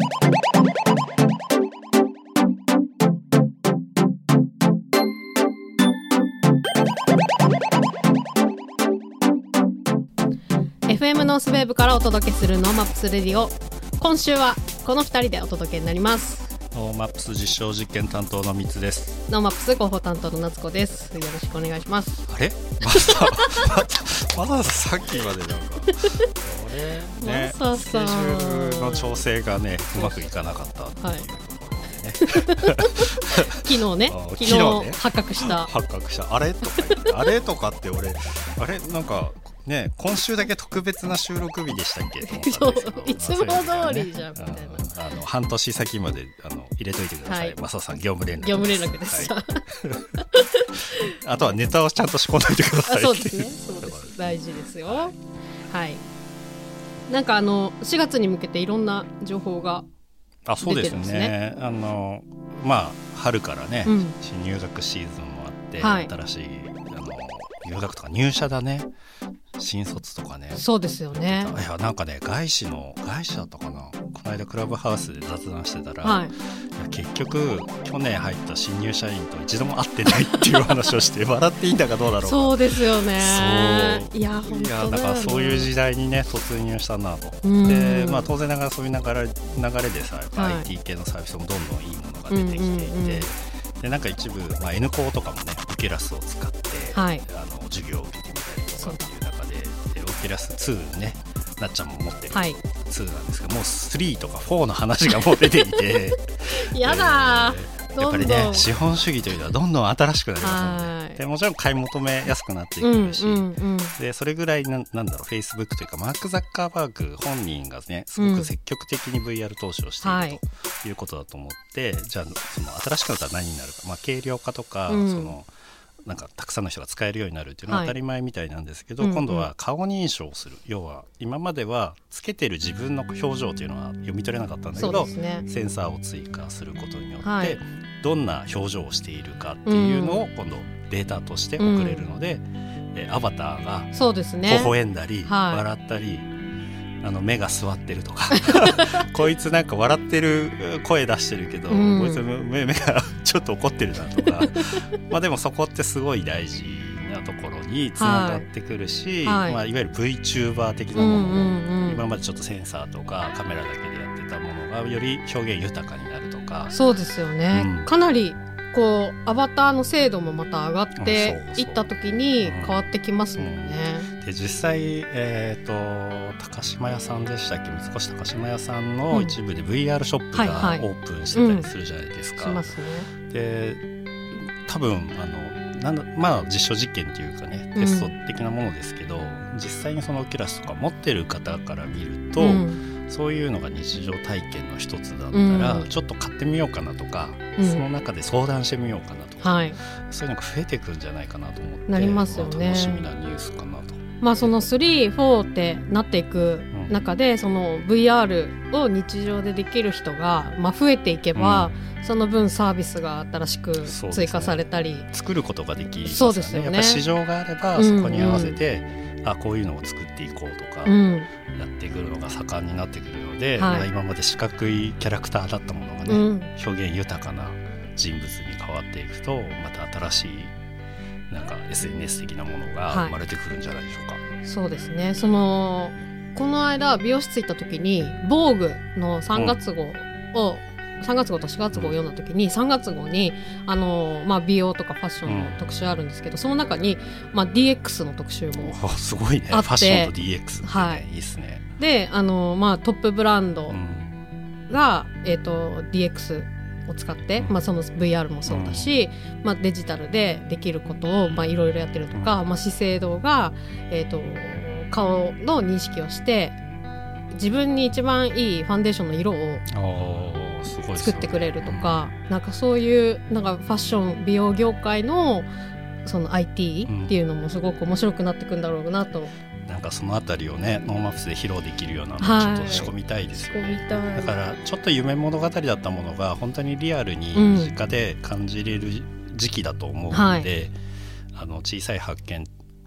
FM ノースウェーブからお届けするノーマップスレディオ。今週はこの2人でお届けになります。 ノーマップス実証実験担当のみつです。 ノーマップス広報担当の夏子です。よろしくお願いします。 あれまださっきまでなんかね、スケジュールの調整がねうまくいかなかったっていうところでね、 昨日ね発覚したあれとか言ってあれとかって俺あれなんかね、今週だけ特別な収録日でしたっけそういつも通りじゃんみたいな、 半年先まで入れといてください、マサさん業務連絡です、はい、 あとはネタをちゃんと仕込んでおいてください。 そうですね、そうです大事ですよ。はい、なんか4月に向けていろんな情報が出てるんですね。 そうですね、まあ春からね、新入学シーズンもあって、はい、新しい入学とか入社だね、新卒とかね。 そうですよね。 いやなんかね外資だったかな、この間クラブハウスで雑談してたら、はい、いや結局去年入った新入社員と一度も会ってないっていう話をして笑っていいんだかどうだろうか。 そうですよね。いや本当だよね。だからそういう時代にね突入したなと。で、まあ、当然ながらそういう流れでさ、はい、IT 系のサービスもどんどんいいものが出てきていて、でなんか一部、N コーとかもねオキュラスを使って、はい、授業を受けてみたりとかっていう中で、オキュラス2ね、なっちゃんも持ってる2なんですけど、もう3とか4の話がもう出ていてやだやっぱりね資本主義というのはどんどん新しくなりますので、でもちろん買い求めやすくなってくるし、でそれぐらいなんだろう、Facebook というかマーク・ザッカーバーグ本人がねすごく積極的に VR 投資をしているということだと思って、じゃあその新しくなったら何になるか、軽量化とか、そのなんかたくさんの人が使えるようになるっていうのは当たり前みたいなんですけど、今度は顔認証をする、要は今まではつけてる自分の表情っていうのは読み取れなかったんだけど、センサーを追加することによって、どんな表情をしているかっていうのを今度データとして送れるので、アバターが微笑んだり、笑ったり、目が座ってるとかこいつなんか笑ってる声出してるけど、こいつ目がちょっと怒ってるなとかまあでもそこってすごい大事なところにつながってくるし、いわゆる VTuber 的なものも、今までちょっとセンサーとかカメラだけでやってたものがより表現豊かになるとか。 そうですよね、かなりこうアバターの精度もまた上がっていった時に変わってきますもんね。 で実際、高島屋さんでしたっけ、三越高島屋さんの一部で VR ショップがオープンしてたりするじゃないですか。 しますね。 で多分まあ実証実験っていうかね、テスト的なものですけど、実際にそのオキュラスとか持ってる方から見ると、そういうのが日常体験の一つだったら、ちょっと買ってみようかなとか、その中で相談してみようかなとか、そういうのが増えてくるんじゃないかなと思って、 なりますよね。 楽しみなニュースかなと。 その3、4ってなっていく中で、その VR を日常でできる人が、増えていけば、その分サービスが新しく追加されたり、 作ることができますよね。 そうですよね。 やっぱり市場があれば、そこに合わせて、こういうのを作っていこうとか、やってくるのが盛んになってくるので、今まで四角いキャラクターだったものがね、表現豊かな人物に変わっていくと、また新しいなんか SNS 的なものが生まれてくるんじゃないでしょうか。 そうですね。この間美容室行った時に防具の3月号を、3月号と4月号を読んだ時に、3月号に美容とかファッションの特集あるんですけど、その中に、DX の特集もすごいね。ファッションと DX ってね、いいですね。 でトップブランドが、DX を使って、その VR もそうだし、デジタルでできることをいろいろやってるとか、資生堂が、顔の認識をして自分に一番いいファンデーションの色を作ってくれるとか、なんかそういうなんかファッション美容業界のその IT っていうのもすごく面白くなってくんだろうなと。 なんかそのあたりをねノーマップスで披露できるようなのをちょっと仕込みたいですよね。だからちょっと夢物語だったものが本当にリアルに身近で感じれる時期だと思うので、小さい発見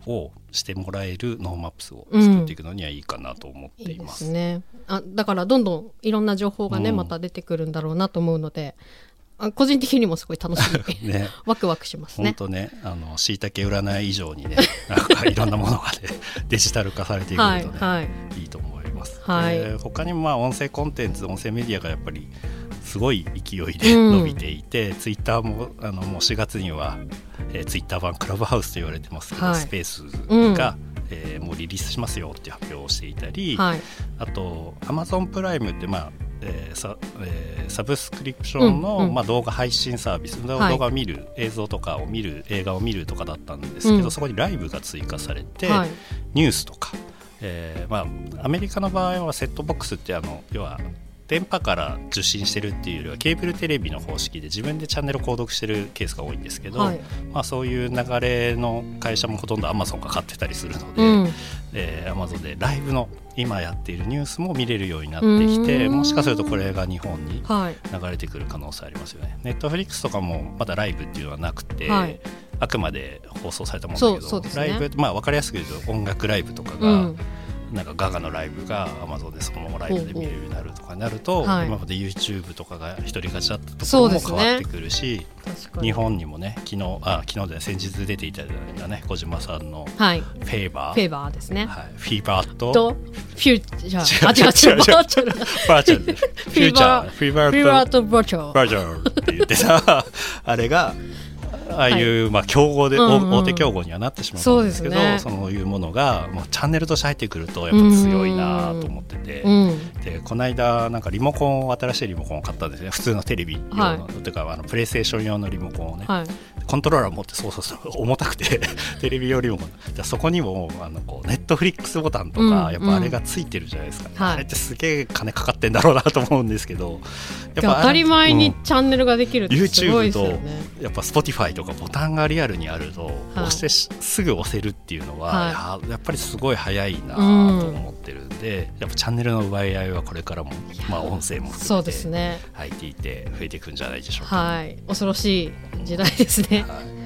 をしてもらえるノーマップスを作っていくのにはいいかなと思っています、 いいですね。だからどんどんいろんな情報がね、また出てくるんだろうなと思うので、個人的にもすごい楽しみね、ワクワクしますね。 本当ね、しいたけ占い以上にね、なんかいろんなものがねデジタル化されていくとね、はい、いいと思います、はい、他にも音声コンテンツ、音声メディアがやっぱりすごい勢いで伸びていて、ツイッターももう4月には、ツイッター版クラブハウスと言われてますけど、スペースが、もうリリースしますよっていう発表をしていたり、あと Amazon プライムって、サブスクリプションの、動画配信サービス、動画を見る、映像とかを見る、映画を見るとかだったんですけど、そこにライブが追加されて、ニュースとか、アメリカの場合はセットボックスって要は電波から受信してるっていうよりはケーブルテレビの方式で自分でチャンネルを購読してるケースが多いんですけど、そういう流れの会社もほとんど Amazon が買ってたりするので、Amazon でライブの今やっているニュースも見れるようになってきて、もしかするとこれが日本に流れてくる可能性ありますよね。Netflix とかもまだライブっていうのはなくて、あくまで放送されたものだけど、ライブ、分かりやすく言うと音楽ライブとかが、なんかガガのライブが Amazon でそのままライブで見れるようになるとかになると、今まで YouTube とかが一人勝ちだったところも変わってくるし、日本にもね、昨日で先日出ていただいたね、小島さんのフェーバーですね、フィーバーとフューチャー、バーチャルフィーバーとバーチャルって言ってさあれがああいう、競合で、大手競合にはなってしまうんですけど、そういうものがもうチャンネルとして入ってくるとやっぱ強いなと思ってて、でこの間なんかリモコンを、新しいリモコンを買ったんですね。普通のテレビ用の、というかプレイステーション用のリモコンをね、コントローラー持って操作する重たくてテレビ用リモコン、じゃそこにもネットフリックスボタンとか、やっぱあれがついてるじゃないですか、あれってすげえ金かかってんだろうなと思うんですけど、 やっぱ当たり前にチャンネルができるってすごいですよね。 YouTube とやっぱ Spotify とかボタンがリアルにあると、押してすぐ押せるっていうのは、やっぱりすごい早いなと思ってるんで、やっぱチャンネルの奪い合いはこれからも、音声も含めて入っていて増えていくんじゃないでしょうか。 恐ろしい時代ですね。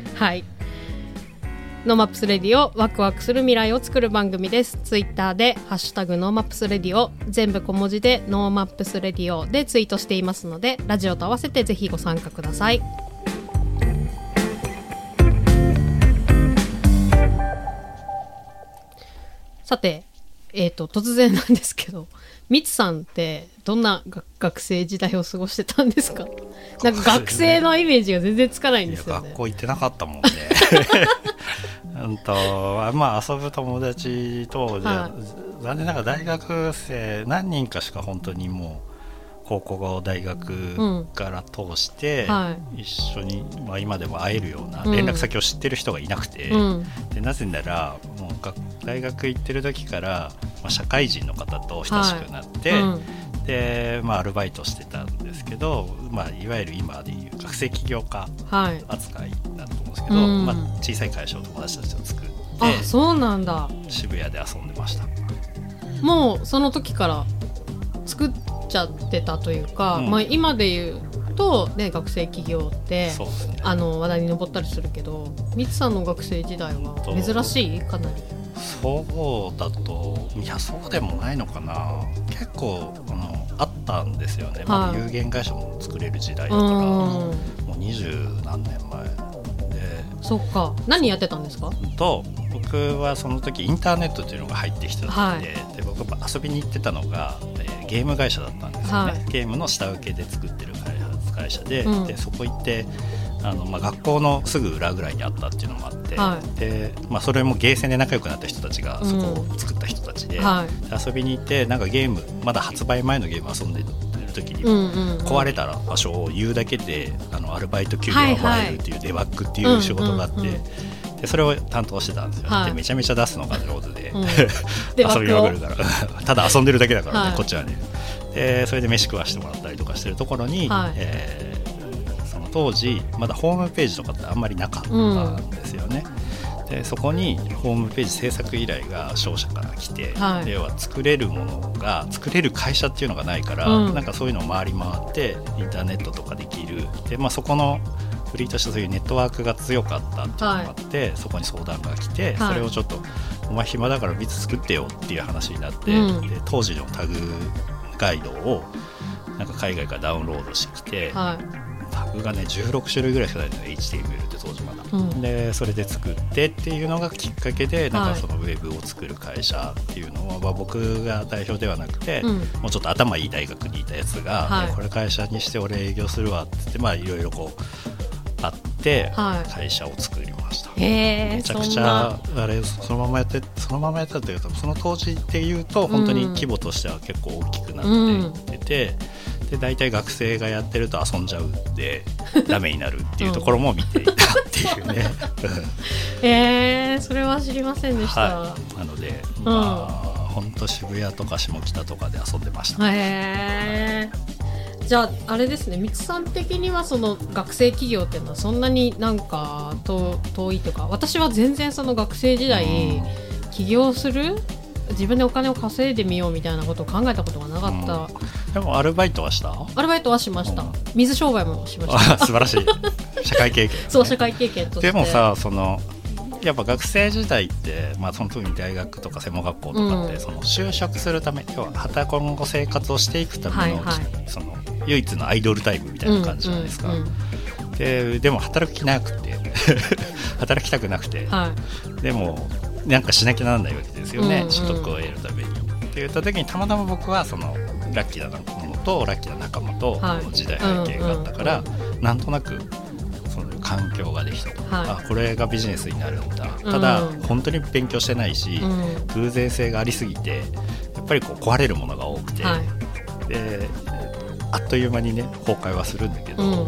ノーマップスレディオ、ワクワクする未来を作る番組です。ツイッターでハッシュタグノーマップスレディオ、全部小文字でノーマップスレディオでツイートしていますので、ラジオと合わせてぜひご参加ください。さて、突然なんですけど、みつさんってどんな学生時代を過ごしてたんですか？なんか学生のイメージが全然つかないんですよね。 学校行ってなかったもんね遊ぶ友達と、残念ながら大学生何人かしか本当にもう高校大学から通して、一緒に、今でも会えるような連絡先を知ってる人がいなくて、でなぜならもう大学行ってる時から、社会人の方と親しくなって、でアルバイトしてたんですけど、いわゆる今でいう学生起業家扱いだと思うんですけど、小さい会社を友達たちと作って、 そうなんだ、 渋谷で遊んでました。 もうその時から作っちゃってたというか、今で言うと、ね、学生起業って、話題に上ったりするけど、みつさんの学生時代は珍しい？かなりそうだと、いやそうでもないのかな。結構あったんですよね、有限会社も作れる時代だから、もう20何年前で。 そっか、何やってたんですか？ 僕はその時インターネットっていうのが入ってきた時で、で僕遊びに行ってたのが、ゲーム会社だったんですよね、ゲームの下請けで作ってる会社で、でそこ行って学校のすぐ裏ぐらいにあったっていうのもあって、でそれもゲーセンで仲良くなった人たちがそこを作った人たちで、遊びに行って、なんかゲームまだ発売前のゲーム遊んでる時に、壊れた場所を言うだけでアルバイト給料がもらえるっていうデバッグっていう仕事があって、でそれを担当してたんですよ、でめちゃめちゃ出すのが上手で、遊びまくるからただ遊んでるだけだからね、こっちはね。でそれで飯食わしてもらったりとかしてるところに、その当時まだホームページとかってあんまりなかったんですよね、でそこにホームページ制作依頼が商社から来て、で要は作れるものが作れる会社っていうのがないから、なんかそういうのを回り回ってインターネットとかできるで、そこのフリーとしてそういうネットワークが強かったっていうのがあって、そこに相談が来て、それをちょっとお前暇だからビツ作ってよっていう話になって、で当時のタグガイドをなんか海外からダウンロードしてきて、タグがね16種類ぐらいしかないのよ HTML って当時まだ、でそれで作ってっていうのがきっかけで、なんかそのウェブを作る会社っていうのは、僕が代表ではなくて、もうちょっと頭いい大学にいたやつが、これ会社にして俺営業するわって言って、まあいろいろこうあって会社を作りました。めちゃくちゃあれそのままやったというか、その当時でいうと本当に規模としては結構大きくなっていってて、で大体学生がやってると遊んじゃうんでダメになるっていうところも見ていたっていうねそれは知りませんでした、 なのでまあ本当渋谷とか下北とかで遊んでました。 じゃああれですね、みつさん的にはその学生企業っていうのはそんなになんか遠いというか、私は全然その学生時代起業する、自分でお金を稼いでみようみたいなことを考えたことがなかった、 でもアルバイトはした？ アルバイトはしました、水商売もしました素晴らしい社会経験、ね、 そう社会経験として。 でもさ、そのやっぱ学生時代って、まあ、その時に大学とか専門学校とかって、その就職するため、要は今後生活をしていくための、その唯一のアイドルタイムみたいな感じじゃないですか、でも働きなくて働きたくなくて、でもなんかしなきゃならないわけですよね、取得を得るためにって言った時に、たまたま僕はそのラッキーなものとラッキーな仲間との時代背景があったから、なんとなくその環境ができたと、これがビジネスになるんだ、ただ本当に勉強してないし、偶然性がありすぎてやっぱりこう壊れるものが多くて、であっという間にね崩壊はするんだけど、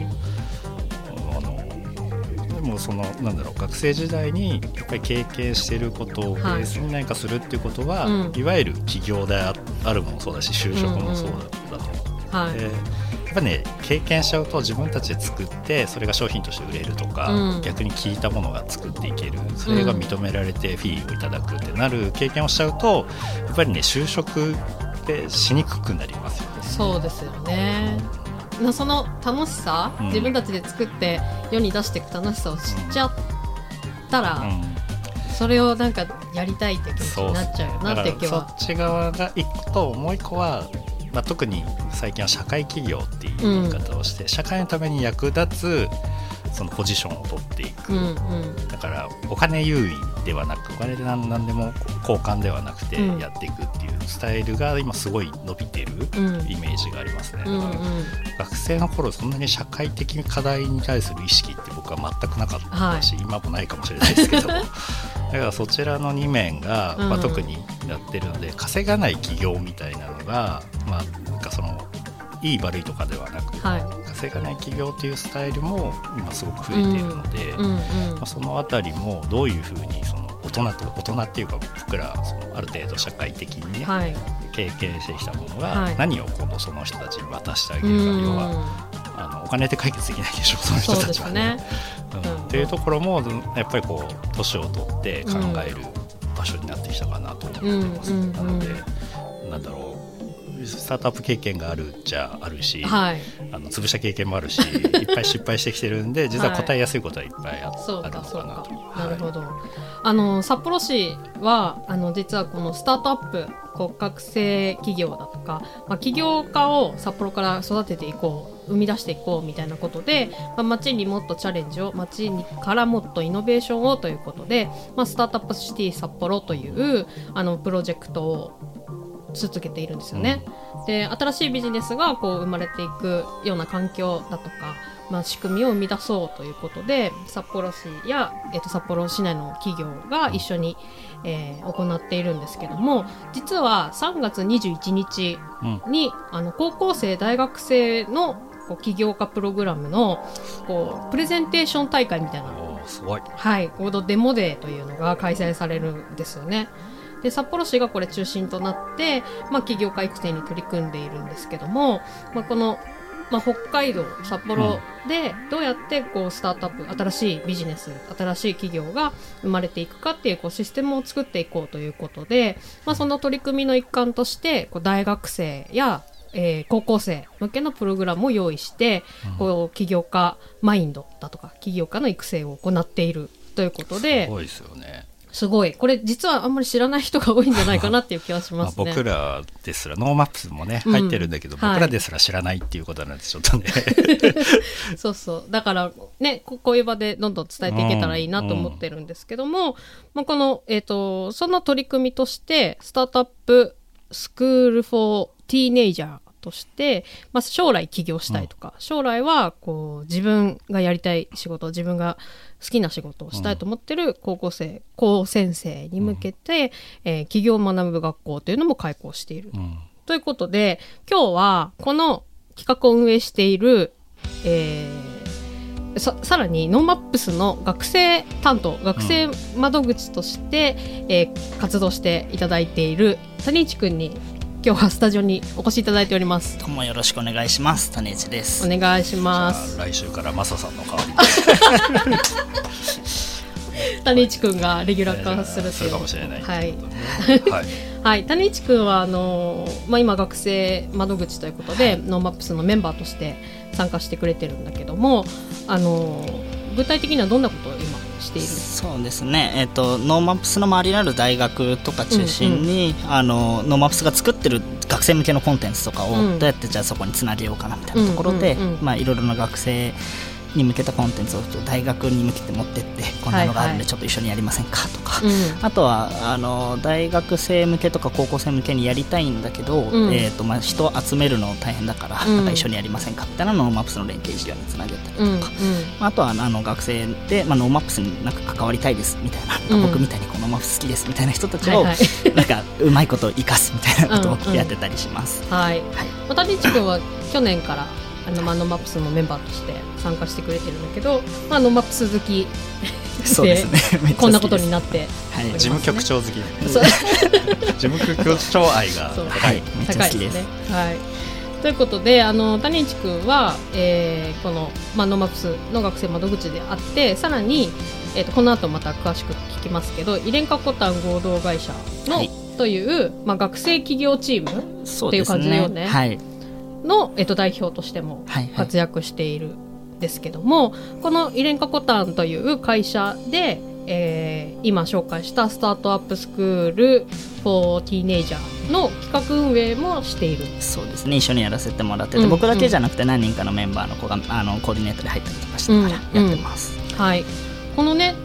でもそのなんだろう、学生時代にやっぱり経験していることをベースに何かするっていうことは、いわゆる起業であるもそうだし就職もそうだと、やっぱね経験しちゃうと自分たちで作ってそれが商品として売れるとか、逆に聞いたものが作っていける、それが認められてフィーをいただくってなる経験をしちゃうと、やっぱりね就職ってしにくくなりますよね。 そうですよね。その楽しさ、自分たちで作って世に出していく楽しさを知っちゃったら、それをなんかやりたいって気持ちになっちゃうよなって今日は。 そっち側が一個と、もう一個は、まあ、特に最近は社会企業っていう言い方をして、社会のために役立つそのポジションを取っていく、だからお金優位ではなく、お金で何でも交換ではなくてやっていくっていうスタイルが今すごい伸びてるイメージがありますね。だから学生の頃そんなに社会的課題に対する意識って僕は全くなかったし、今もないかもしれないですけどだからそちらの2面が、まあ、特にやってるので、稼がない企業みたいなのが、まあ、なんかそのいい悪いとかではなく、稼がない企業っていうスタイルも今すごく増えているので、まあ、そのあたりもどういうふうにその大人っていうか、僕らそのある程度社会的にね、経験してきたものが何を今度その人たちに渡してあげるか、要はお金で解決できないでしょ、その人たちはね。っていうところもやっぱりこう年を取って考える場所になってきたかなと思ってます。なのでなんだろう、スタートアップ経験があるじゃあるし、潰した経験もあるしいっぱい失敗してきてるんで、実は答えやすいことはいっぱいあるのかなと。 なるほど。札幌市は実はこのスタートアップ学生企業だとか、起業家を札幌から育てていこう、生み出していこうみたいなことで、街にもっとチャレンジを、街からもっとイノベーションをということで、スタートアップシティ札幌というプロジェクトを続けているんですよね。で、新しいビジネスがこう生まれていくような環境だとか、仕組みを生み出そうということで、札幌市や、札幌市内の企業が一緒に、行っているんですけども、実は3月21日に、高校生大学生の起業家プログラムのプレゼンテーション大会みたいな、 すごい、 デモデーというのが開催されるんですよね。で、札幌市がこれ中心となって、起業家育成に取り組んでいるんですけども、この、北海道札幌でどうやってスタートアップ、新しいビジネス、新しい企業が生まれていくかっていうシステムを作っていこうということで、その取り組みの一環として大学生や高校生向けのプログラムを用意して、こう起業家マインドだとか起業家の育成を行っているということで、 すごいですよね。 すごいこれ実はあんまり知らない人が多いんじゃないかなっていう気はしますね。 僕らですらノーマップスもね入ってるんだけど、僕らですら知らないっていうことなんでちょっとねそうそう、だからねこういう場でどんどん伝えていけたらいいなと思ってるんですけども、まあ、この、その取り組みとしてスタートアップスクールフォーティーネイジャーとして、まあ、将来起業したいとか、将来はこう自分がやりたい仕事、自分が好きな仕事をしたいと思ってる高専生に向けて、起業を学ぶ学校というのも開講している、ということで今日はこの企画を運営している、さらにノーマップスの学生担当、学生窓口として、活動していただいている谷内くんに今日はスタジオにお越しいただいております。 どうもよろしくお願いします。谷内です。 お願いします。 来週からマサさんの代わりに谷内くんがレギュラー化するするかもしれない。 はい、 はいはい、谷内くんはまあ、今学生窓口ということで、ノーマップスのメンバーとして参加してくれてるんだけども、具体的にはどんなことを今している？ そうですね、ノーマップスの周りにある大学とか中心に、ノーマップスが作ってる学生向けのコンテンツとかをどうやってじゃあそこにつなげようかなみたいなところで、まあいろいろな学生に向けたコンテンツを大学に向けて持ってってこんなのがあるんでちょっと一緒にやりませんかとか、あとは大学生向けとか高校生向けにやりたいんだけど、まあ、人を集めるの大変だから、なんか一緒にやりませんかみたいなノーマップスの連携事業につなげたりとか、あとは学生で、まあ、ノーマップスになんか関わりたいですみたいな、僕みたいにこのノーマップス好きですみたいな人たちを、なんかうまいこと生かすみたいなことをやってたりします。 はい、谷内くんは去年からノーマップスのメンバーとして参加してくれてるんだけど、まあ、ノーマップス好きそうですね、 こんなことになって、 事務局長好き事務局長愛が高い、 めっちゃ好きです。 はい、ということで谷内くんは、この、まあ、ノーマップスの学生窓口であって、さらに、この後また詳しく聞きますけど、イレンカコタン合同会社の、という、まあ、学生企業チームっていう感じだよね。はいの、代表としても活躍しているんですけども、このイレンカコタンという会社で、今紹介したスタートアップスクールフォーティーネイジャーの企画運営もしている。 そうですね、一緒にやらせてもらってて、僕だけじゃなくて何人かのメンバーの子がコーディネートで入ったりとかしながらやってます。 はい、このね、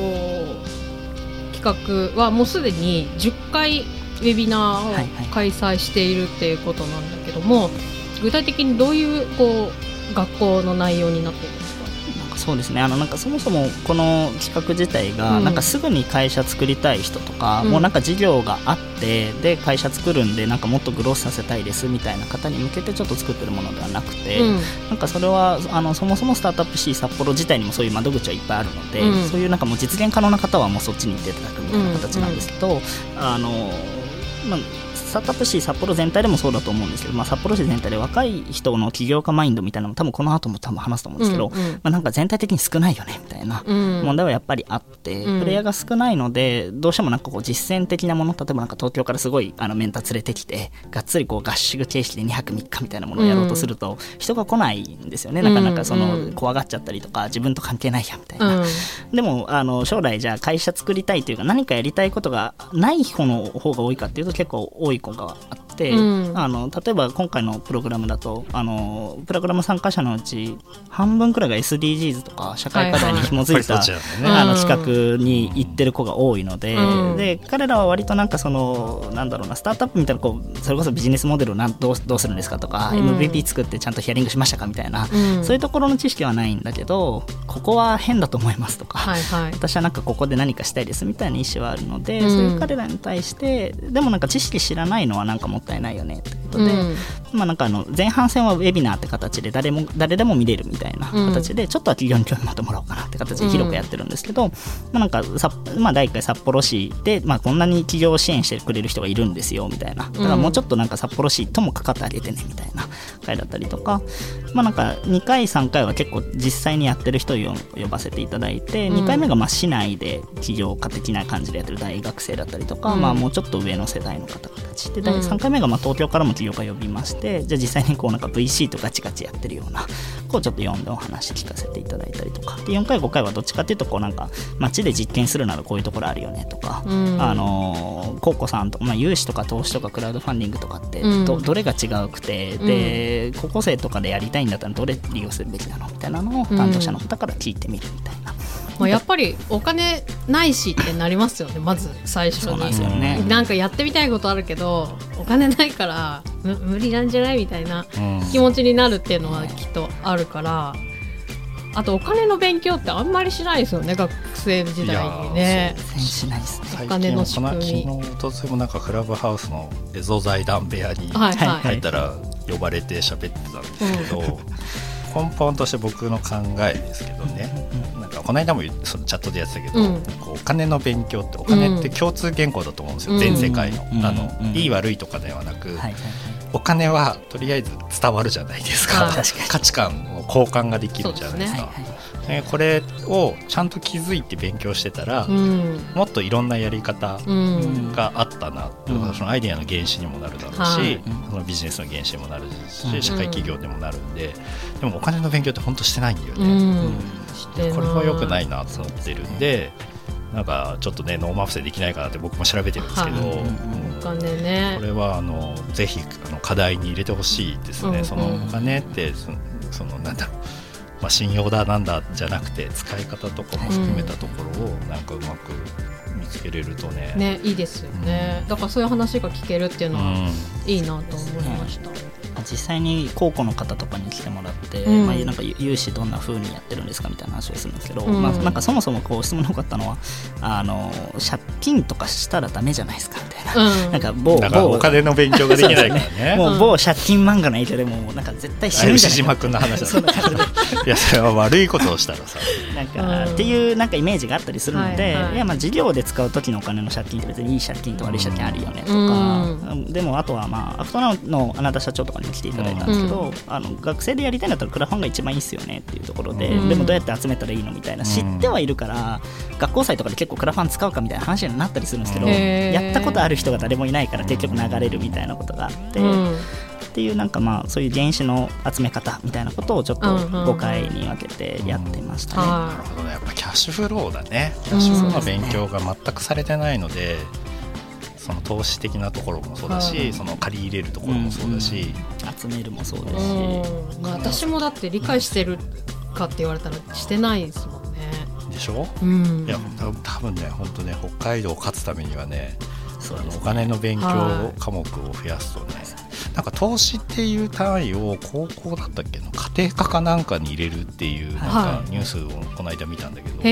企画はもうすでに10回ウェビナーを開催しているっていうことなんだけども、具体的にどういう学校の内容になっているんですか？ なんかそうですね、なんかそもそもこの企画自体が、なんかすぐに会社作りたい人とか、もうなんか事業があってで会社作るんでなんかもっとグロースさせたいですみたいな方に向けてちょっと作ってるものではなくて、なんかそれはそもそもスタートアップ C 札幌自体にもそういう窓口はいっぱいあるので、そういうなんかもう実現可能な方はもうそっちに行っていただくみたいな形なんですけど、まあスタートアップ市札幌全体でもそうだと思うんですけど、まあ、札幌市全体で若い人の起業家マインドみたいなのも多分この後も話すと思うんですけど、まあ、なんか全体的に少ないよねみたいな問題はやっぱりあって、プレイヤーが少ないのでどうしてもなんかこう実践的なもの、例えばなんか東京からすごいメンター連れてきてがっつりこう合宿形式で2泊3日みたいなものをやろうとすると人が来ないんですよね。なかなか怖がっちゃったりとか自分と関係ないやみたいな、でも将来じゃあ会社作りたいというか何かやりたいことがない方の方が多いかっていうと結構多い子があって、例えば今回のプログラムだとプログラム参加者のうち半分くらいが SDGs とか社会課題に紐づいた、企画に行ってる子が多いので、で彼らは割となんかなんだろうな、スタートアップみたいなそれこそビジネスモデルをどうするんですかとか、MVP 作ってちゃんとヒアリングしましたかみたいな、そういうところの知識はないんだけど、ここは変だと思いますとか、私はなんかここで何かしたいですみたいな意思はあるので、そういう彼らに対してでもなんか知識知らないのはなんかもったいないよねってことで、まあ、なんか前半戦はウェビナーって形で誰でも見れるみたいな形で、ちょっとは企業に興味持ってもらおうかなって形で広くやってるんですけど、なんか第1回札幌市で、こんなに企業を支援してくれる人がいるんですよみたいな、だからもうちょっとなんか札幌市ともかかってあげてねみたいな回だったりとか、なんか2回3回は結構実際にやってる人を呼ばせていただいて、2回目が市内で起業家的な感じでやってる大学生だったりとか、もうちょっと上の世代の方たちで、3回目が東京からも起業家呼びまして、 で、じゃあ実際にこうなんか VC とガチガチやってるようなこうちょっと読んでお話聞かせていただいたりとかで、4回5回はどっちかっていうとこうなんか街で実験するならこういうところあるよねとか、コウコさんと、融資とか投資とかクラウドファンディングとかって どれが違うくて、で高校生とかでやりたいんだったらどれ利用するべきなのみたいなのを担当者の方から聞いてみるみたいな。 やっぱりお金ないしってなりますよね、まず最初に。そうなんですよね。なんかやってみたいことあるけどお金ないから無理なんじゃないみたいな気持ちになるっていうのはきっとあるから、あとお金の勉強ってあんまりしないですよね、学生時代にね。 しないですね。 お金の仕組み。 昨日おとといもなんかクラブハウスのエゾ財団部屋に入ったら呼ばれて喋ってたんですけど、根本として僕の考えですけどね、なんかこの間もそのチャットでやってたけど、こうお金の勉強ってお金って共通言語だと思うんですよ、全世界の、いい悪いとかではなく、お金はとりあえず伝わるじゃないですか、価値観の交換ができるじゃないですか。これをちゃんと気づいて勉強してたら、もっといろんなやり方があったな、そのアイデアの原資にもなるだろうし、そのビジネスの原資にもなるし、社会企業でもなるんで、でもお金の勉強って本当してないんだよね、これは良くないなと思ってるんで、なんかちょっとねノーマップでできないかなって僕も調べてるんですけど、 お金ね、 これはぜひ課題に入れてほしいですね。そのお金ってそのなんだろう、信用だなんだじゃなくて使い方とかも含めたところをなんかうまく見つけれるとね、 いいですよね、だからそういう話が聞けるっていうのはいいなと思いました。 実際に高校の方とかに来てもらって、なんか融資どんな風にやってるんですかみたいな話をするんですけど、なんかそもそもこう質問の多かったのは借金とかしたらダメじゃないですかみたいな、なんかお金の勉強ができないからねもう某借金漫画の影響でもなんか絶対死ぬんじゃないか、 牛島君の話だいやそれは悪いことをしたらさなんかっていうなんかイメージがあったりするので、いや事業で使う時のお金の借金って別にいい借金と悪い借金あるよねとか、でもあとはアフトナウのあなた社長とかに来ていただいたんですけど、学生でやりたいんだったらクラファンが一番いいですよねっていうところで、でもどうやって集めたらいいのみたいな知ってはいるから、学校祭とかで結構クラファン使うかみたいな話になったりするんですけど、やったことある人が誰もいないから結局流れるみたいなことがあって、っていうなんかそういう原資の集め方みたいなことをちょっと5回に分けてやってましたね。 なるほどね、やっぱキャッシュフローだね。キャッシュフローの勉強が全くされてないので、その投資的なところもそうだし、その借り入れるところもそうだし、 集めるもそうですし、 私もだって理解してるかって言われたらしてないですもんね。 でしょ、いや多分ね本当ね北海道を勝つためにはね、お金の勉強科目を増やすとね、なんか投資っていう単位を高校だったっけの家庭科かなんかに入れるっていうなんかニュースをこの間見たんだけど、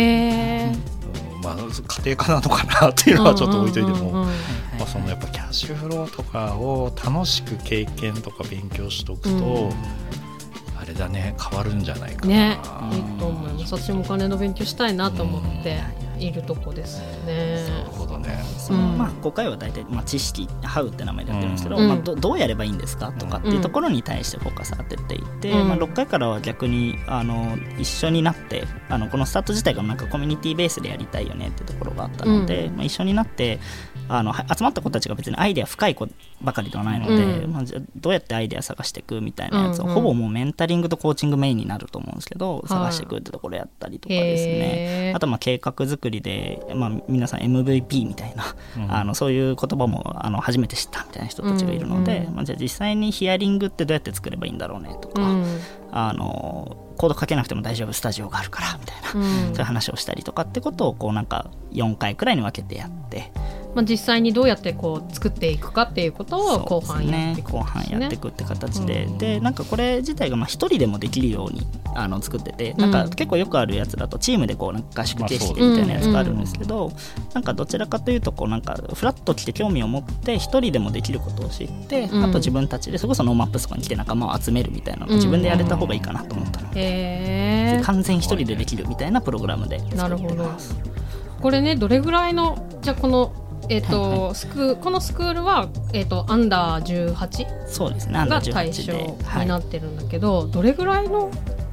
家庭科なのかなっていうのはちょっと置いといても、そのやっぱキャッシュフローとかを楽しく経験とか勉強しておくと、あれだね変わるんじゃないかな、 いいと思います。私もお金の勉強したいなと思っているとこですね。 なるほどね。 5回は大体、知識ハウって名前でやってるんですけど、どうやればいいんですかとかっていうところに対してフォーカス当てていて、6回からは逆に一緒になってこのスタート自体がなんかコミュニティベースでやりたいよねっていうところがあったので、一緒になって集まった子たちが別にアイデア深い子ばかりではないので、じゃあどうやってアイデア探していくみたいなやつを、ほぼもうメンタリングとコーチングメインになると思うんですけど、探していくってところやったりとかですね、あと計画作りで、皆さん MVP みたいな、そういう言葉も初めて知ったみたいな人たちがいるので、じゃあ実際にヒアリングってどうやって作ればいいんだろうねとか、コード書けなくても大丈夫スタジオがあるからみたいな、そういう話をしたりとかってことをなんか4回くらいに分けてやって、 実際にどうやって作っていくかっていうことを後半やっていく、 後半やっていくって形で、でなんかこれ自体が一人でもできるように作ってて、なんか結構よくあるやつだとチームでなんか合宿形式みたいなやつがあるんですけど、なんかどちらかというとなんかフラッと来て興味を持って一人でもできることを知って、あと自分たちでそれこそノーマップスとかに来て仲間を集めるみたいなのを自分でやれた方がいいかなと思ったので、完全一人でできるみたいなプログラムで作ってます。なるほど。 これね、どれぐらいのじゃあこのこのスクールは、アンダー18 そうですね、 が対象になってるんだけど、どれぐらいの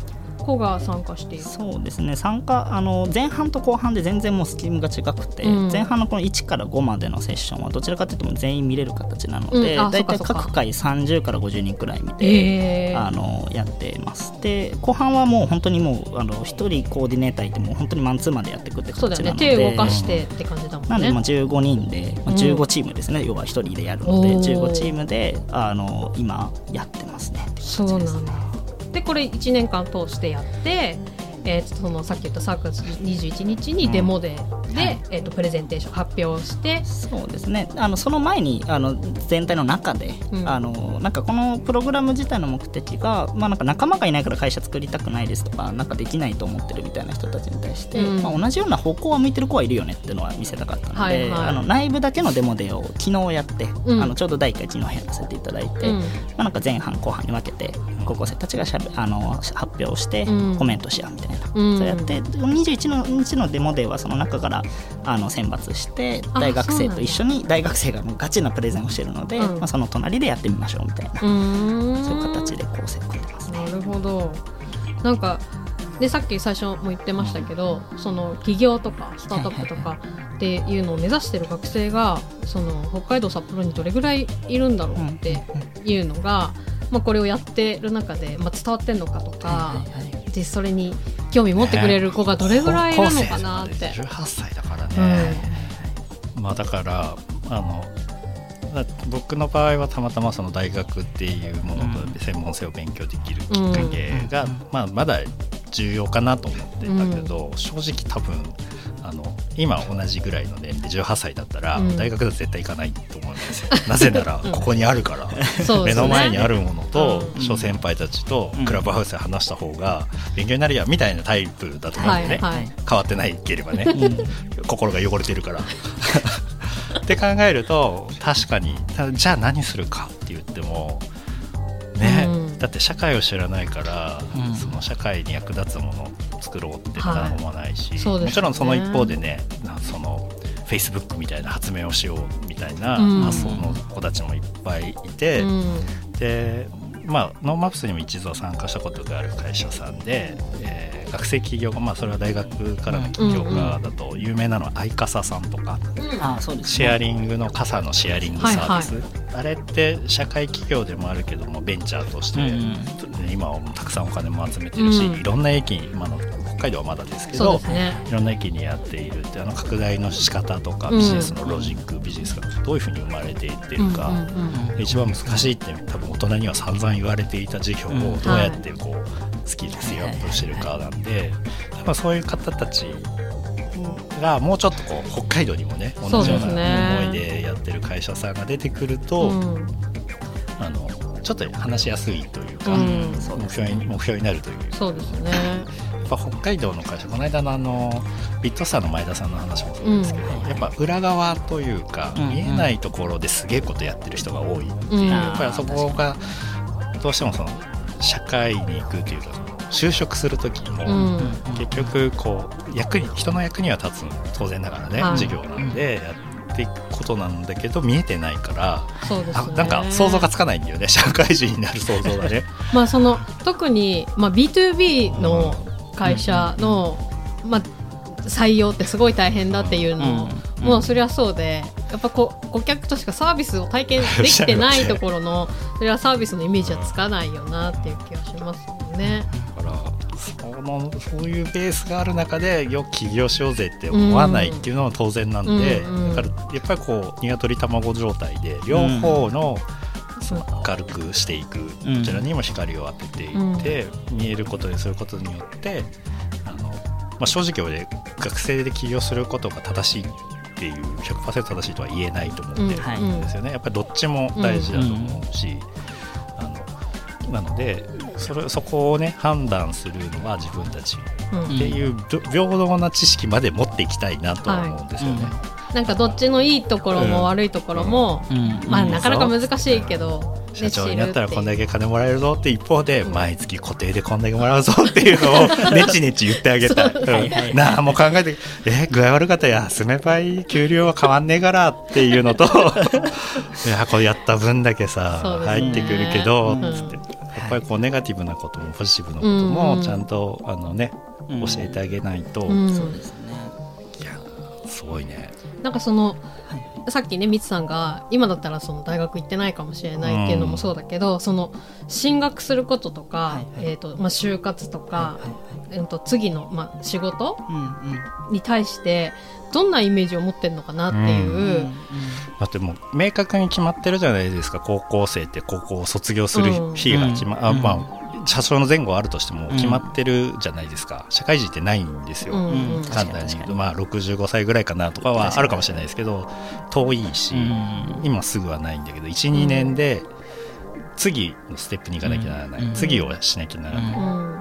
個が参加している。 そうですね、参加前半と後半で全然もうスキームが違くて、前半のこの1から5までのセッションはどちらかというと全員見れる形なので、だいたい各回30から50人くらい見て、やってます。で後半はもう本当にもう1人コーディネーターいても本当にマンツーマンでやっていくって形なので、そうだよね、 手を動かしてって感じだもんね。 なので15人で、15チームですね、要は1人でやるので15チームで今やってますね。 そうなんだ。でこれ1年間通してやって、そのさっき言った3月21日にデモで、プレゼンテーション発表して、 そうですね、その前に全体の中で、なんかこのプログラム自体の目的が、なんか仲間がいないから会社作りたくないですとか、なんかできないと思ってるみたいな人たちに対して、同じような方向は向いてる子はいるよねっていうのは見せたかったので、内部だけのデモデを昨日やって、ちょうど第1回昨日やらせていただいて、なんか前半後半に分けて高校生たちが発表してコメントし合うみたいな、そうやって21日のデモデーはその中から選抜して大学生と一緒に、大学生がもうガチなプレゼンをしているので、その隣でやってみましょうみたいな、そういう形で構成組んでますね。 なるほど。なんかでさっき最初も言ってましたけど、その起業とかスタートアップとかっていうのを目指している学生がその北海道札幌にどれぐらいいるんだろうっていうのが、これをやってる中で、伝わってんのかとか、でそれに興味持ってくれる子がどれぐらいいるのかなって。 18歳だからね、だから僕の場合はたまたまその大学っていうものと専門性を勉強できるきっかけが、まだ重要かなと思ってたけど、正直多分今同じぐらいの年齢18歳だったら大学だと絶対行かないと思うんですよ、なぜならここにあるから、目の前にあるものと諸先輩たちとクラブハウスで話した方が勉強になるやみたいなタイプだと思うんでね、変わってないければね、心が汚れてるからって考えると、確かにじゃあ何するかって言ってもね、だって社会を知らないから、その社会に役立つものを作ろうって何もないし、もちろんその一方でね、その Facebook みたいな発明をしようみたいな発想の子たちもいっぱいいて、でノーマップスにも一度参加したことがある会社さんで、学生起業家、それは大学からの起業家だと有名なのはアイカサさんとか、シェアリングの傘のシェアリングサービス、あれって社会企業でもあるけどもベンチャーとして、今はたくさんお金も集めてるし、いろんな駅に今の北海道はまだですけど、いろんな駅にやっているって、拡大の仕方とかビジネスのロジック、ビジネスがどういうふうに生まれていってるか、一番難しいって多分大人には散々言われていた事業をどうやって好きですよとしてるかなんで、そういう方たちがもうちょっと北海道にもね同じような思いでやってる会社さんが出てくると、ちょっと話しやすいというか、目標になるという。 そうですね。 やっぱ北海道の会社、この間のビットスターの前田さんの話もそうですけど、やっぱ裏側というか、見えないところですげえことやってる人が多いっていう、やっぱりそこがどうしてもその社会に行くというか、就職する時も、結局人の役には立つ当然ながらね、事業なんでやっていくことなんだけど見えてないから、なんか想像がつかないんだよね、社会人になる想像がね。 特に、B2B の会社の、採用ってすごい大変だっていうのも、それはそうで、やっぱ顧客としかサービスを体験できてないところのそれはサービスのイメージはつかないよなっていう気がしますよね。 だからそういうベースがある中でよく起業しようぜって思わないっていうのは当然なんで、だからやっぱり鶏卵状態で両方の明るくしていく、こちらにも光を当てていって、見えることにすることによって正直俺学生で起業することが正しいっていう 100% 正しいとは言えないと思ってるんですよね。やっぱりどっちも大事だと思うし、なのでそこをね判断するのは自分たちっていう平等な知識まで持っていきたいなとは思うんですよね。 なんかどっちのいいところも悪いところも、なかなか難しいけど、 社長になったらこんだけ金もらえるぞって一方で、毎月固定でこんだけもらうぞっていうのをネチネチ言ってあげたい。なあもう考えて具合悪かったら休めばいい、給料は変わんねえからっていうのといやこれやった分だけさ、入ってくるけどつってっぱりこうネガティブなこともポジティブなこともちゃんと教えてあげないと、 そうですね。 いやすごいね。 なんかさっきねみつさんが今だったらその大学行ってないかもしれないっていうのもそうだけど、その進学することとか、就活とか、次の、仕事、に対してどんなイメージを持ってるのかなっていう、 だってもう明確に決まってるじゃないですか。高校生って高校を卒業する日が社長の前後あるとしても決まってるじゃないですか。社会人ってないんですよ、簡単に言うと。65歳ぐらいかなとかはあるかもしれないですけど、遠いし、今すぐはないんだけど 1,2 年で次のステップに行かなきゃならない、次をしなきゃならない、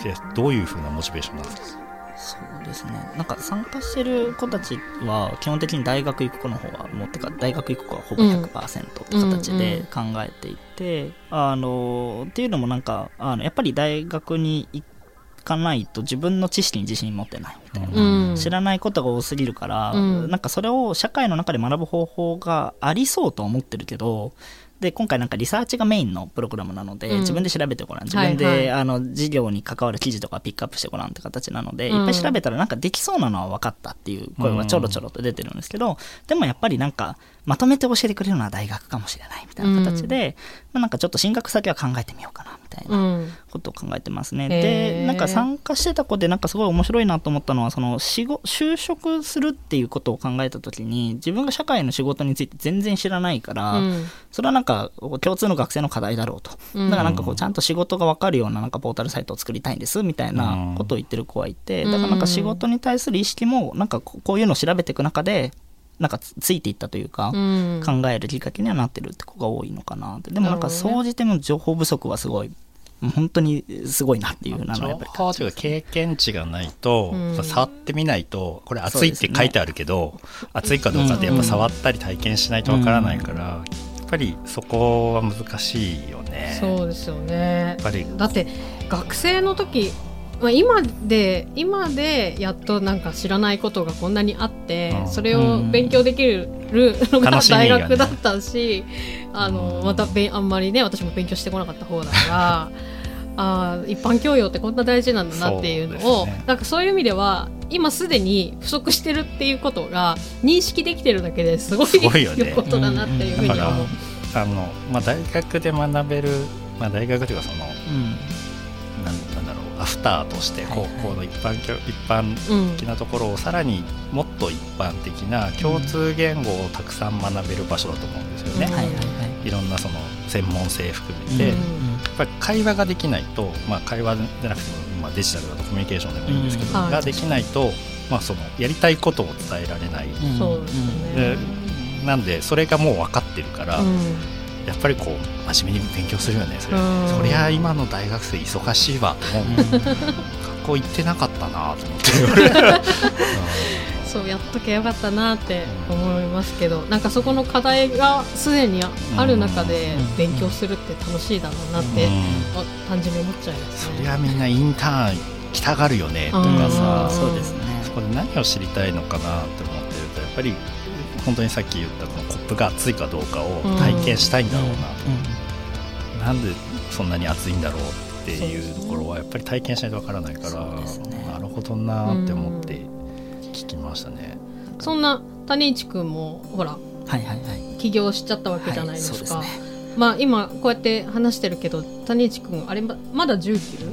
どういうふうなモチベーションなんですか？ そうですね。なんか参加してる子たちは基本的に大学行く子の方はもう大学行く子はほぼ 100% って形で考えていて、っていうのもなんかやっぱり大学に行かないと自分の知識に自信持ってないみたいな、知らないことが多すぎるから、なんかそれを社会の中で学ぶ方法がありそうと思ってるけど、で今回なんかリサーチがメインのプログラムなので、自分で調べてごらん、自分で、事業に関わる記事とかピックアップしてごらんって形なので、いっぱい調べたらなんかできそうなのは分かったっていう声はちょろちょろと出てるんですけど、でもやっぱりなんかまとめて教えてくれるのは大学かもしれないみたいな形で、なんかちょっと進学先は考えてみようかなみたいなことを考えてますね。でなんか参加してた子でなんかすごい面白いなと思ったのは、就職するっていうことを考えた時に自分が社会の仕事について全然知らないから、それはなんか共通の学生の課題だろうと。だからなんかこうちゃんと仕事が分かるようななんかポータルサイトを作りたいんですみたいなことを言ってる子はいて、だからなんか仕事に対する意識もなんかこういうのを調べていく中でなんかついていったというか、考えるきっかけにはなってるって子が多いのかなって。でもなんか総じての情報不足はすごい本当にすごいなっていうのはやっぱり情報というか経験値がないと、触ってみないと、これ熱いって書いてあるけど、熱いかどうかってやっぱ触ったり体験しないとわからないから、やっぱりそこは難しいよね。 そうですよね。 やっぱりだって学生の時、今でやっとなんか知らないことがこんなにあって、それを勉強できるのが大学だったし、またあんまりね私も勉強してこなかった方だから一般教養ってこんな大事なんだなっていうのを、なんかそういう意味では今すでに不足してるっていうことが認識できてるだけですごいいうことだなっていうふうに思う。 大学で学べる、大学というかなんだろう、アフターとして高校の一般的なところをさらにもっと一般的な共通言語をたくさん学べる場所だと思うんですよね。いろんなその専門性含めて、やっぱり会話ができないと、会話じゃなくても、デジタルだとコミュニケーションでもいいんですけど、ができないと、そのやりたいことを伝えられない。 そうですね。 なんでそれがもう分かってるから、やっぱりこう真面目に勉強するよね。そりゃ今の大学生忙しいわと思う。学校行ってなかったなと思ってそうやっときゃよかったなって思いますけど、なんかそこの課題がすでにある中で勉強するって楽しいだろうなって単純に思っちゃいますね。 そりゃみんなインターン来たがるよねとかさ、 そうですね。そこで何を知りたいのかなって思ってると、やっぱり本当にさっき言ったこのコップが熱いかどうかを体験したいんだろうな、なんでそんなに熱いんだろうっていうところはやっぱり体験しないとわからないから、なるほどなって思って聞きましたね。 そんな谷市くんもほら、起業しちゃったわけじゃないですか。今こうやって話してるけど、谷市くんあれまだ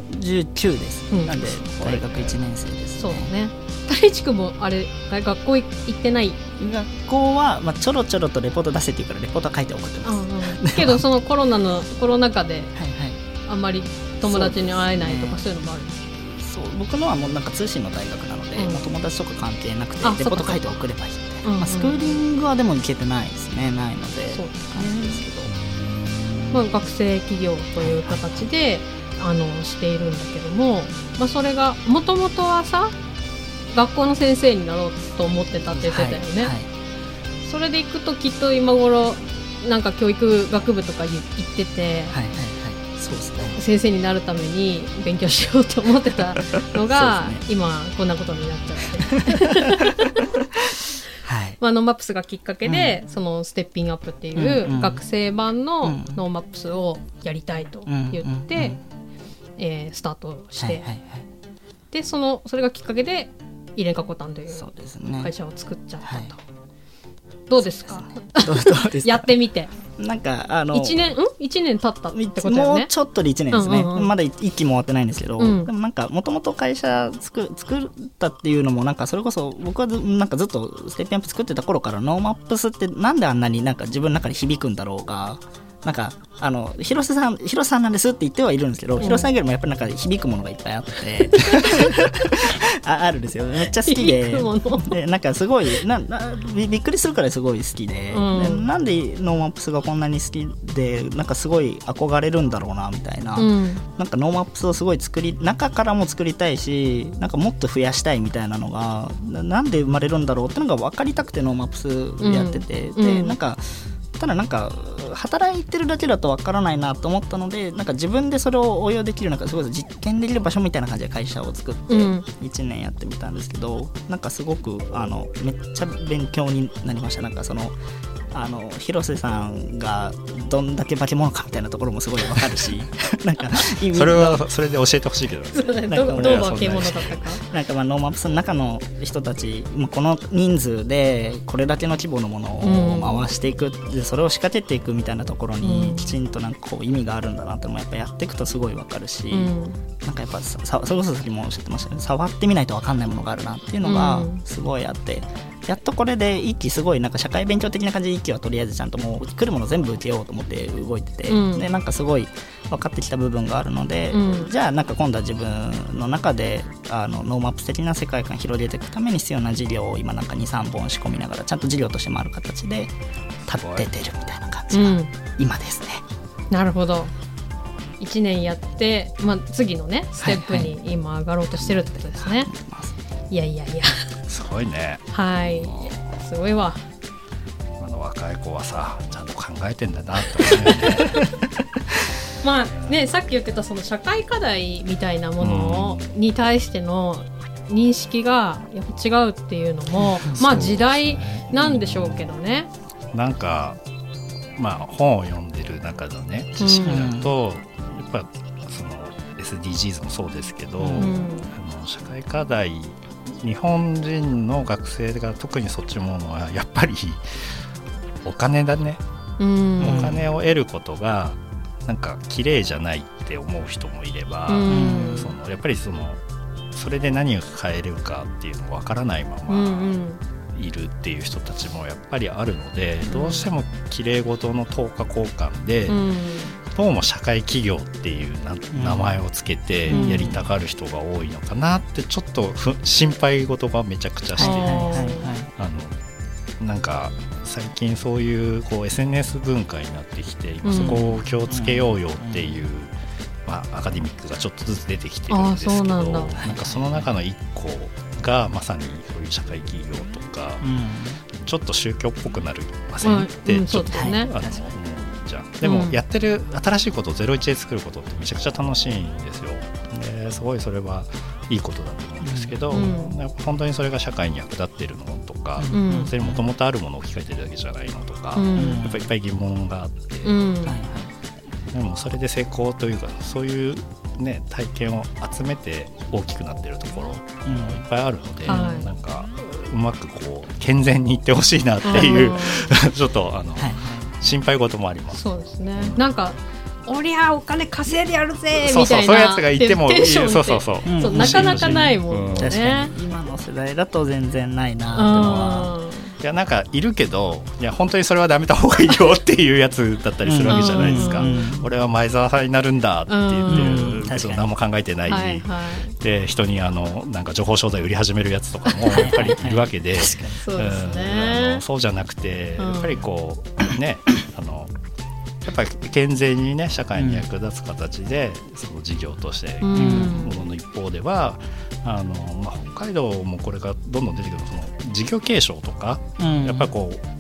19？19 です、なんで大学1年生です、ね。 そうね。谷市くんもあれ学校行ってない？ 学校は、ちょろちょろとレポート出せって言うからレポートは書いて送ってます。 けどそのコロナ禍であんまり友達に会えないとかそういうのもあるんですか？ そう、僕のはもうなんか通信の大学なので、友達とか関係なくてレポート書いて送ればいいみたいな。スクーリングはでも行けてないですね。ないのでそう感じですけど、 学生企業という形で、しているんだけども、それがもともとはさ、学校の先生になろうと思ってたって言ってたよね。それで行くときっと今頃なんか教育学部とか行ってて、 そうですね、 先生になるために勉強しようと思ってたのが、今こんなことになっちゃってノーマップスがきっかけで、そのステッピングアップっていう学生版のノーマップスをやりたいと言って、スタートして、でそれがきっかけでイレンカコタンという会社を作っちゃったと。どうですか？やってみて。 なんか 1年経ったってことだよね。 もうちょっとで1年ですね、まだ1期も終わってないんですけど、でもなんかもともと会社作ったっていうのもなんかそれこそ僕はなんかずっとステッピンアップ作ってた頃からノーマップスってなんであんなになんか自分の中で響くんだろうが、なんか広瀬さんなんですって言ってはいるんですけど、広瀬さんよりもやっぱりなんか響くものがいっぱいあってあるんですよ。めっちゃ好きでなんかすごいびっくりするくらいすごい好きで、なんでノーマップスがこんなに好きでなんかすごい憧れるんだろうなみたいな、なんかノーマップスをすごい中からも作りたいし、なんかもっと増やしたいみたいなのがなんで生まれるんだろうってのが分かりたくてノーマップスやってて、でなんかただなんか働いてるだけだとわからないなと思ったので、なんか自分でそれを応用できるなんかすごい実験できる場所みたいな感じで会社を作って1年やってみたんですけど、なんかすごくめっちゃ勉強になりました。なんか広瀬さんがどんだけ化け物かみたいなところもすごいわかるしなんかそれはそれで教えてほしいけどね。 どう化け物だったかなんかノーマップスの中の人たち、この人数でこれだけの規模のものを回していく、でそれを仕掛けていくみたいなところにきちんとなんかこう意味があるんだなってのもやっぱやっていくとすごいわかるし、なんかやっぱそれこそさっきもおっしゃってましたけど、触ってみないとわかんないものがあるなっていうのがすごいあって、やっとこれで一期すごいなんか社会勉強的な感じで一期はとりあえずちゃんともう来るもの全部受けようと思って動いてて、でなんかすごい分かってきた部分があるので、じゃあなんか今度は自分の中でノーマップ的な世界観を広げていくために必要な事業を今なんか 2,3 本仕込みながらちゃんと事業として回る形で立ててるみたいな感じが今ですね。 なるほど。1年やって、次のねステップに今上がろうとしてるってことですね。いやすごいね。 はい、すごいわ。 今の若い子はさちゃんと考えてんだなって思うよね。 さっき言ってたその社会課題みたいなものに対しての認識がやっぱ違うっていうのも、時代なんでしょうけどね。 なんか本を読んでる中のね知識だと、やっぱその SDGs もそうですけど、社会課題日本人の学生が特にそっち思うのはやっぱりお金だね。お金を得ることがなんか綺麗じゃないって思う人もいれば、やっぱりそれで何が買えるかっていうのがわからないままいるっていう人たちもやっぱりあるので、どうしても綺麗事の等価交換で、どうも社会企業っていう名前をつけてやりたがる人が多いのかなってちょっと心配事がめちゃくちゃしてなんか最近そういうSNS 文化になってきて、今そこを気をつけようよっていう、アカデミックがちょっとずつ出てきてるんですけど、なんかその中の一個がまさにそういう社会企業とか、ちょっと宗教っぽくなるませんってちょっとでもやってる新しいことを01で作ることってめちゃくちゃ楽しいんですよ。ですごいそれはいいことだと思うんですけど、やっぱ本当にそれが社会に役立ってるのとか、それもともとあるものを置き換えてるだけじゃないのとか、やっぱりいっぱい疑問があって、でもそれで成功というかそういうね体験を集めて大きくなってるところいっぱいあるので、なんかうまく健全にいってほしいなっていうちょっと心配事もあります。 そうですね。なんかおりゃお金稼いでやるぜみたいなそういうやつがいてもいい。 そうなかなかないもんね。 確かに今の世代だと全然ないなってのは。 いやなんかいるけど、いや本当にそれはやめた方がいいよっていうやつだったりするわけじゃないですか。俺は前澤さんになるんだって言って何も考えてない、で人になんか情報商材売り始めるやつとかもやっぱりいるわけでそうじゃなくてやっぱりねやっぱり健全にね社会に役立つ形でその事業としてものの一方では北海道もこれがどんどん出てくるその事業継承とか、やっぱり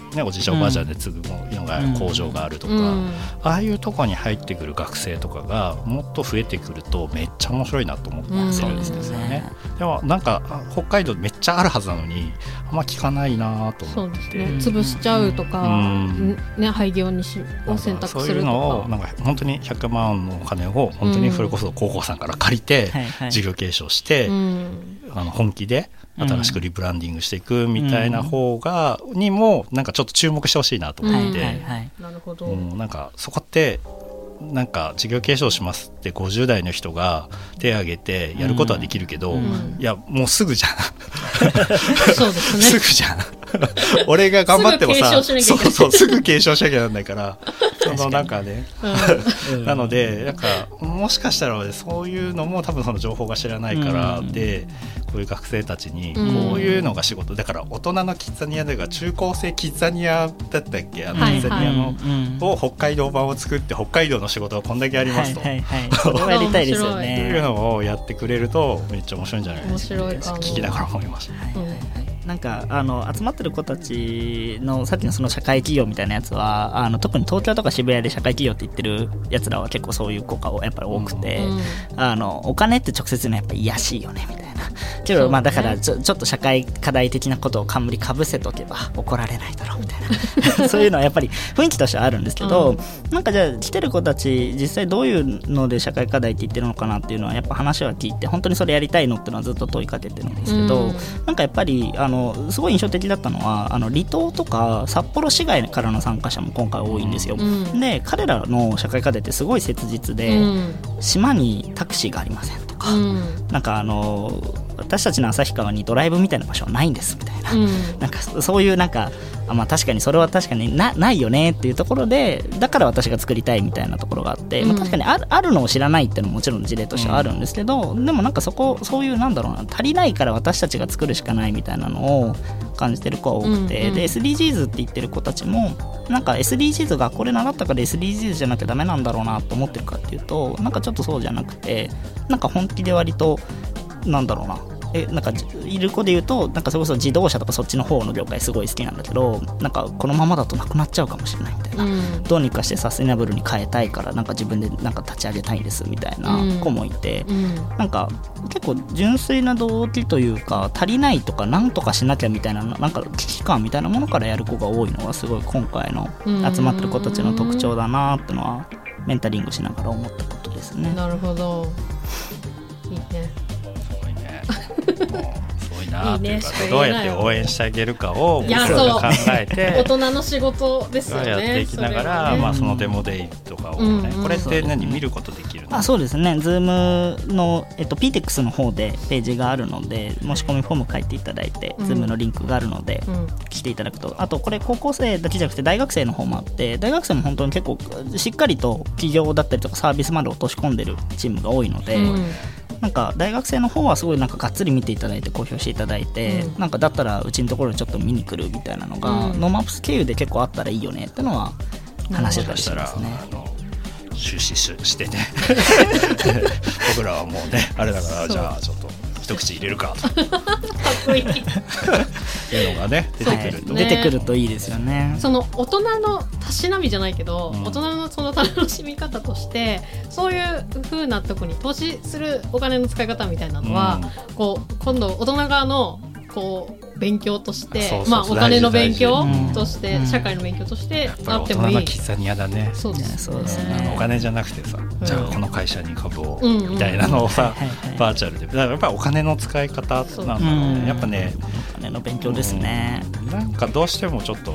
ね、おじいちゃんおばあちゃんで継ぐのが工場があるとか、ああいうとこに入ってくる学生とかがもっと増えてくるとめっちゃ面白いなと思ってるんですよね。でもなんか北海道めっちゃあるはずなのにあんま聞かないなと思って。 そうですね、潰しちゃうとか、ね、廃業にを選択するとか、そういうのをなんか本当に100万のお金を本当にそれこそ高校さんから借りて事業継承して、本気で新しくリブランディングしていくみたいな方がにもなんかちょっと注目してほしいなと思って、 なるほど、 なんかそこってなんか事業継承しますって50代の人が手を挙げてやることはできるけど、いやもうすぐじゃんそうですね、 すぐじゃん俺が頑張ってもさすぐ継承しなきゃなんないからなんかねなのでなんかもしかしたらそういうのも多分その情報が知らないからで、こういう学生たちにこういうのが仕事だから、大人のキッザニアだから中高生キッザニアだったっけ、キッザニアのを北海道版を作って北海道の仕事がこんだけありますと、 それはやりたいですよね。 そういうのをやってくれるとめっちゃ面白いんじゃないですか、聞きながら思いました。 なんか集まってる子たちのさっきのその社会企業みたいなやつは特に東京とか渋谷で社会企業って言ってるやつらは結構そういう子がやっぱり多くて、お金って直接のやっぱり癒しいよねみたいなけど、だからちょっと社会課題的なことを冠かぶせとけば怒られないだろうみたいなそういうのはやっぱり雰囲気としてはあるんですけど、なんかじゃあ来てる子たち実際どういうので社会課題って言ってるのかなっていうのはやっぱ話は聞いて、本当にそれやりたいのっていうのはずっと問いかけてるんですけど、なんかやっぱりすごい印象的だったのは離島とか札幌市外からの参加者も今回多いんですよ。で彼らの社会課題ってすごい切実で、島にタクシーがありませんとか、なんか私たちの旭川にドライブみたいな場所はないんですみたいな、なんかそういうなんか確かにそれは確かにないよねっていうところで、だから私が作りたいみたいなところがあって、確かにあるのを知らないっていうのももちろん事例としてはあるんですけど、でもなんかそういうなんだろうな、足りないから私たちが作るしかないみたいなのを感じてる子は多くて、で SDGs って言ってる子たちもなんか SDGs がこれ習ったから SDGs じゃなきゃダメなんだろうなと思ってるかっていうと、なんかちょっとそうじゃなくて、なんか本気で割となんだろうな、なんかいる子で言うと、なんかそれこそ自動車とかそっちの方の業界すごい好きなんだけど、なんかこのままだとなくなっちゃうかもしれないみたいな、どうにかしてサステナブルに変えたいからなんか自分でなんか立ち上げたいんですみたいな子もいて、なんか結構純粋な動機というか、足りないとかなんとかしなきゃみたいな、なんか危機感みたいなものからやる子が多いのがすごい今回の集まってる子たちの特徴だなっていうのはメンタリングしながら思ったことですね。 なるほど、いいねすごいなっていうか、どうやって応援してあげるかを僕らが考えて大人の仕事ですよね。 やっていきながら、そのデモデイとかをね、これって見ることできるの？ そうですね、Zoom の、PTEX の方でページがあるので、申し込みフォーム書いていただいて、Zoom のリンクがあるので、来ていただくと、あとこれ高校生だけじゃなくて大学生の方もあって、大学生も本当に結構しっかりと企業だったりとかサービスまで落とし込んでるチームが多いので、なんか大学生の方はすごいなんかがっつり見ていただいて公表していただいて、なんかだったらうちのところにちょっと見に来るみたいなのが、ノーマップス経由で結構あったらいいよねってのは話してたりしますね。 出資してね僕らはもうねあれだから、じゃあちょっと一口入れるかとかっこいいいうのがね出てくるといいですよね。 その大人のたしなみじゃないけど、大人のその楽しみ方としてそういう風なとこに投資するお金の使い方みたいなのは、こう今度大人側のこう勉強として、お金の勉強として、社会の勉強としてあってもいい。 大人のキッザニアだね。 そうですね。 お金じゃなくてさ、じゃあこの会社に株をみたいなのをさ、バーチャルで、だからやっぱりお金の使い方なんだろうね。やっぱね、 お金の勉強ですね。 なんかどうしてもちょっと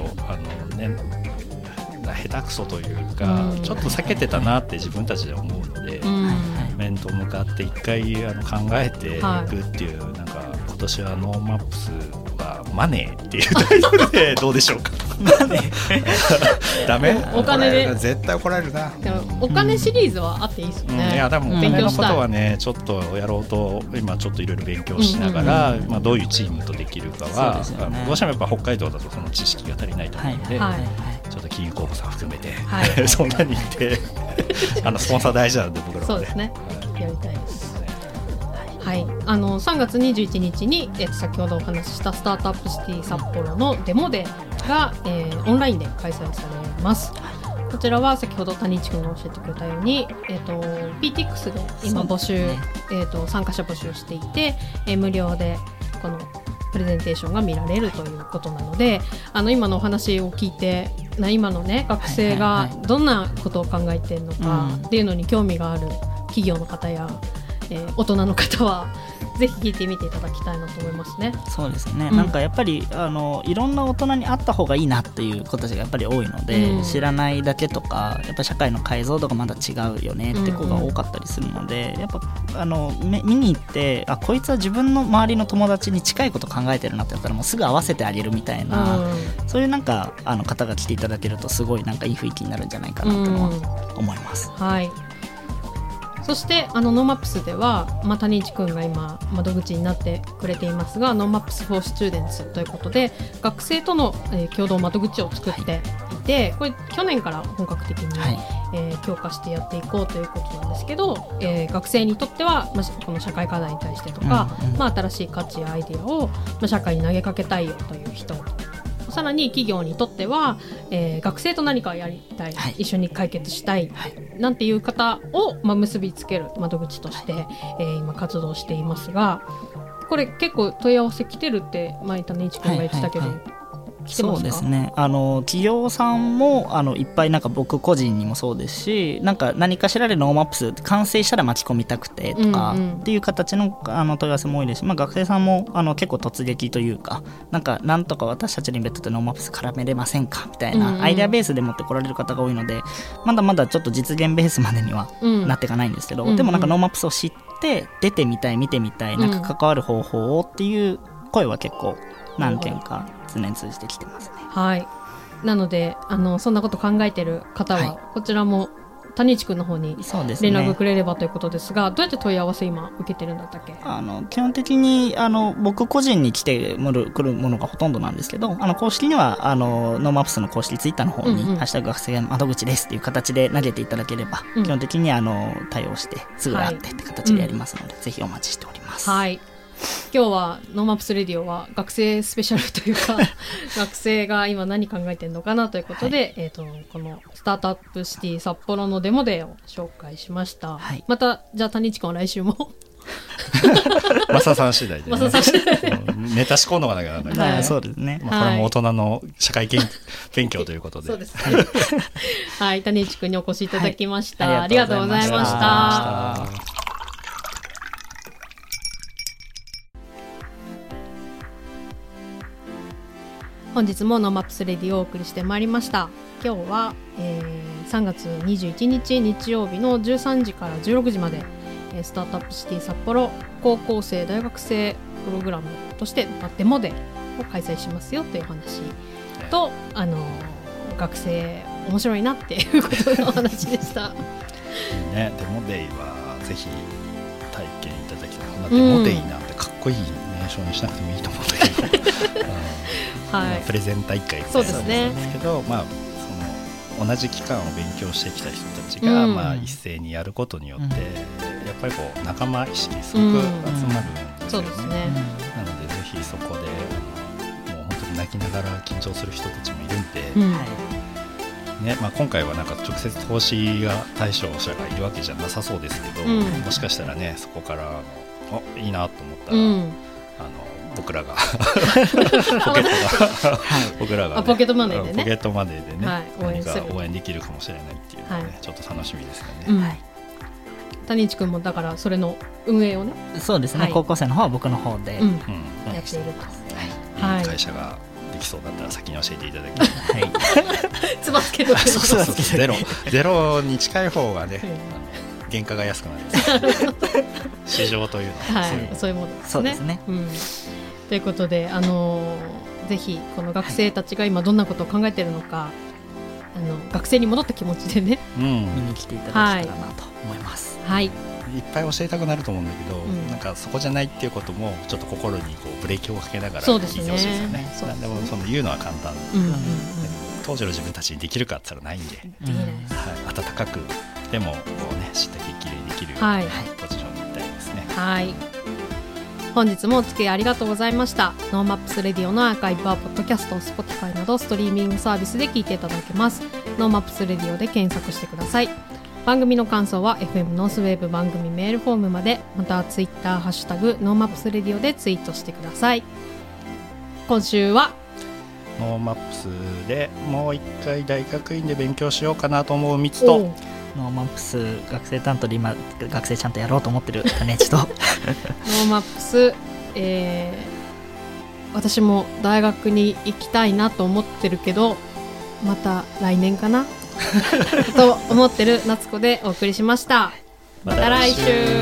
下手くそというか、ちょっと避けてたなって自分たちで思うので、面と向かって一回考えていくっていう、なんか今年はノーマップスはマネーっていうタイトルでどうでしょうか。マネーダメ？ お金で絶対怒られるな。 でもお金シリーズはあっていいですよね。 いやでもお金のことはねちょっとやろうと今ちょっといろいろ勉強しながら、どういうチームとできるかは、どうしてもやっぱ北海道だとその知識が足りないと思うので、ちょっと金融公募さん含めて、そんなに言ってスポンサー大事なので僕らはね。 そうですね。やりたいです。はい、3月21日に、先ほどお話ししたスタートアップシティ札幌のデモでが、オンラインで開催されます。こちらは先ほど谷地君が教えてくれたように、PTX で今募集、参加者募集していて、無料でこのプレゼンテーションが見られるということなので、今のお話を聞いて今のね学生がどんなことを考えているのかっていうのに興味がある企業の方や、大人の方はぜひ聞いてみていただきたいなと思いますね。 そうですね、なんかやっぱりいろんな大人に会った方がいいなっていう子たちがやっぱり多いので、知らないだけとかやっぱ社会の解像度がまだ違うよねって子が多かったりするので、やっぱ見に行ってこいつは自分の周りの友達に近いこと考えてるなってやったらもうすぐ合わせてあげるみたいな、そういうなんか方が来ていただけるとすごいなんかいい雰囲気になるんじゃないかなと思います。 はい。そしてノーマップスでは、谷市くんが今窓口になってくれていますが、ノーマップス for Students ということで学生との、共同窓口を作っていて、これ去年から本格的に、強化してやっていこうということなんですけど、学生にとっては、この社会課題に対してとか、新しい価値やアイデアを、社会に投げかけたいよという人、さらに企業にとっては、学生と何かやりたい、一緒に解決したい、なんていう方を、結びつける窓口として、今活動していますが、これ結構問い合わせ来てるって前谷市君が言ってたけど、来てますか？ そうですね、企業さんもいっぱいなんか僕個人にもそうですし、なんか何かしらでノーマップス完成したら巻き込みたくてとかっていう形の問い合わせも多いですし、学生さんも結構突撃というか、なんとか私たちに別途ノーマップス絡めれませんかみたいなアイデアベースで持ってこられる方が多いので、まだまだちょっと実現ベースまでにはなっていかないんですけど、でもなんかノーマップスを知って出てみたい見てみたい、なんか関わる方法をっていう声は結構何件か常に通じてきてますね。 はい。なのでそんなこと考えてる方は、こちらも谷市くんの方に連絡くれればということですが、どうやって問い合わせ今受けてるんだったっけ？ 基本的に僕個人に来るものがほとんどなんですけど、公式にはノーマップスの公式ツイッターの方に、ハッシュタグ学生窓口ですっていう形で投げていただければ、基本的に対応してすぐ会ってって形でやりますので、ぜひお待ちしております。 はい。今日はノーマップスレディオは学生スペシャルというか学生が今何考えてるのかなということで、このスタートアップシティ札幌のデモデーを紹介しました。またじゃあ谷市君は来週もマサさん次第で、ネタ仕込んのがなきゃならない、 そうですね。 これも大人の社会勉強ということで、 そうですね。はい、谷市君にお越しいただきました。ありがとうございました。本日もノーマップスレディをお送りしてまいりました。今日は、3月21日日曜日の13時から16時まで、スタートアップシティ札幌高校生大学生プログラムとしてデモデーを開催しますよという話と、学生面白いなっていうことの話でしたね。デモデーはぜひ体験いただきたい。デモデーなんてかっこいい名称にしなくてもいいと思うんだけどプレゼン大会みたいなんですけど、その同じ期間を勉強してきた人たちが、一斉にやることによって、やっぱりこう仲間意識すごく集まるんですよね。なのでぜひそこでもう本当に泣きながら緊張する人たちもいるんで、今回はなんか直接投資が対象者がいるわけじゃなさそうですけど、もしかしたらねそこからいいなと思ったら、僕らがポケットマネーでね、 ポケットマネーでね、何か応援できるかもしれないっていうので、ちょっと楽しみですよね。 谷市君もだからそれの運営をね、 そうですね、高校生の方は僕の方でやっていると、会社ができそうだったら先に教えていただきたい。 つばつけとけゼロに近い方がね、原価が安くなります。市場というのはそういうものですね。 そうですね。 ということで、ぜひこの学生たちが今どんなことを考えているのか、学生に戻った気持ちでね、 見に来ていただけたらなと思います。 いっぱい教えたくなると思うんだけど、なんかそこじゃないっていうこともちょっと心にこうブレーキをかけながら聞いてほしいですよね。でもその言うのは簡単、当時の自分たちにできるかって言ったらないんで、温かくでもこうね、知った激励できるポジションにいたいですね。 本日もお付き合いありがとうございました。ノーマップスレディオのアーカイブはポッドキャスト、Spotify などストリーミングサービスで聞いていただけます。ノーマップスレディオで検索してください。番組の感想は FM ノースウェーブ番組メールフォームまで、またツイッターハッシュタグノーマップスレディオでツイートしてください。今週はノーマップスでもう一回大学院で勉強しようかなと思うミツと、 ノーマップス学生担当で今学生ちゃんとやろうと思ってる種市とノーマップス、私も大学に行きたいなと思ってるけどまた来年かなと思ってる夏子でお送りしました。また来週。